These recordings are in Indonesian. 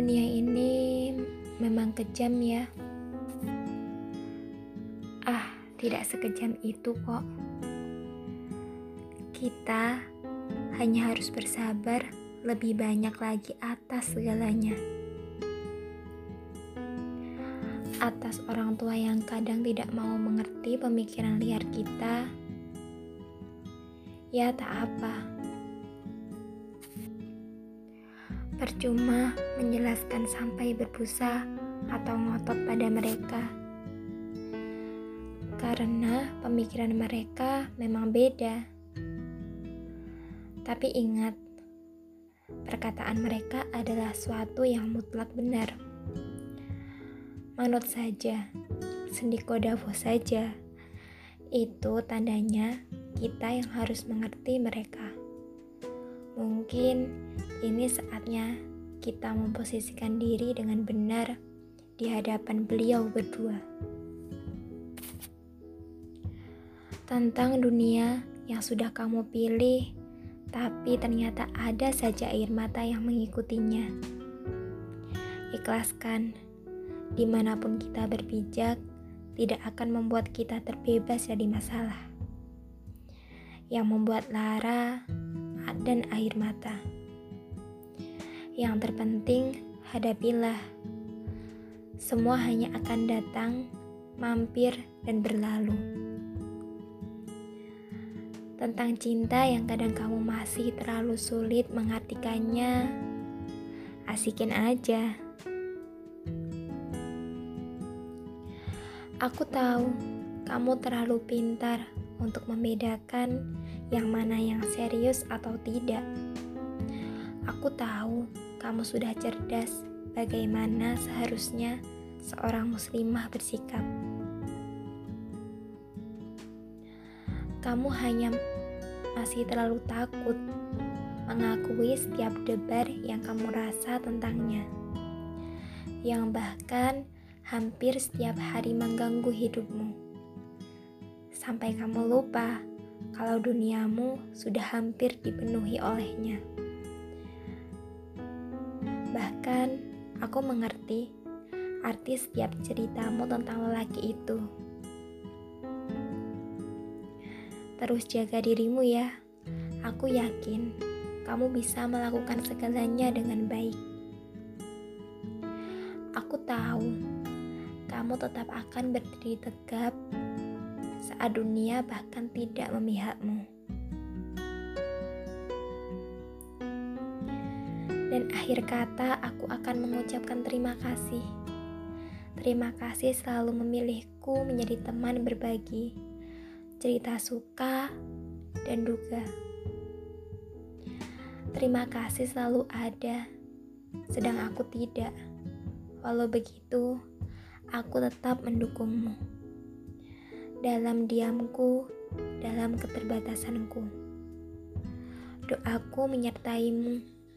Dunia ini memang kejam ya. Tidak sekejam itu kok. Kita hanya harus bersabar lebih banyak lagi atas segalanya. Atas orang tua yang kadang tidak mau mengerti pemikiran liar kita. Ya tak apa. Percuma menjelaskan sampai berbusa atau ngotot pada mereka. Karena pemikiran mereka memang beda. Tapi ingat, perkataan mereka adalah suatu yang mutlak benar. Manut saja, sendiko dawuh saja. Itu tandanya kita yang harus mengerti mereka. Mungkin ini saatnya kita memposisikan diri dengan benar di hadapan beliau berdua. Tentang dunia yang sudah kamu pilih, tapi ternyata ada saja air mata yang mengikutinya. Ikhlaskan, dimanapun kita berpijak, tidak akan membuat kita terbebas dari masalah yang membuat lara dan air mata. Yang terpenting, hadapilah. Semua hanya akan datang, mampir, dan berlalu. Tentang cinta yang kadang kamu masih terlalu sulit mengartikannya, asikin aja. Aku tahu kamu terlalu pintar untuk membedakan yang mana yang serius atau tidak. Aku tahu kamu sudah cerdas bagaimana seharusnya seorang muslimah bersikap. Kamu hanya masih terlalu takut mengakui setiap debar yang kamu rasa tentangnya, yang bahkan hampir setiap hari mengganggu hidupmu, sampai kamu lupa kalau duniamu sudah hampir dipenuhi olehnya. Bahkan aku mengerti arti setiap ceritamu tentang lelaki itu. Terus jaga dirimu ya. Aku yakin kamu bisa melakukan segalanya dengan baik. Aku tahu kamu tetap akan berdiri tegap saat dunia bahkan tidak memihakmu. Dan akhir kata aku akan mengucapkan terima kasih. Terima kasih selalu memilihku menjadi teman berbagi cerita suka dan duka. Terima kasih selalu ada, sedang aku tidak. Walau begitu, aku tetap mendukungmu. Dalam diamku, dalam keterbatasanku. Doaku menyertaimu.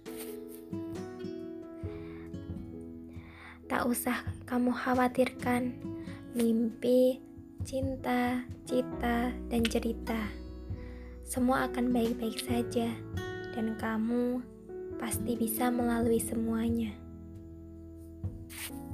Tak usah kamu khawatirkan mimpi, cinta, cita, dan cerita. Semua akan baik-baik saja, dan kamu pasti bisa melalui semuanya.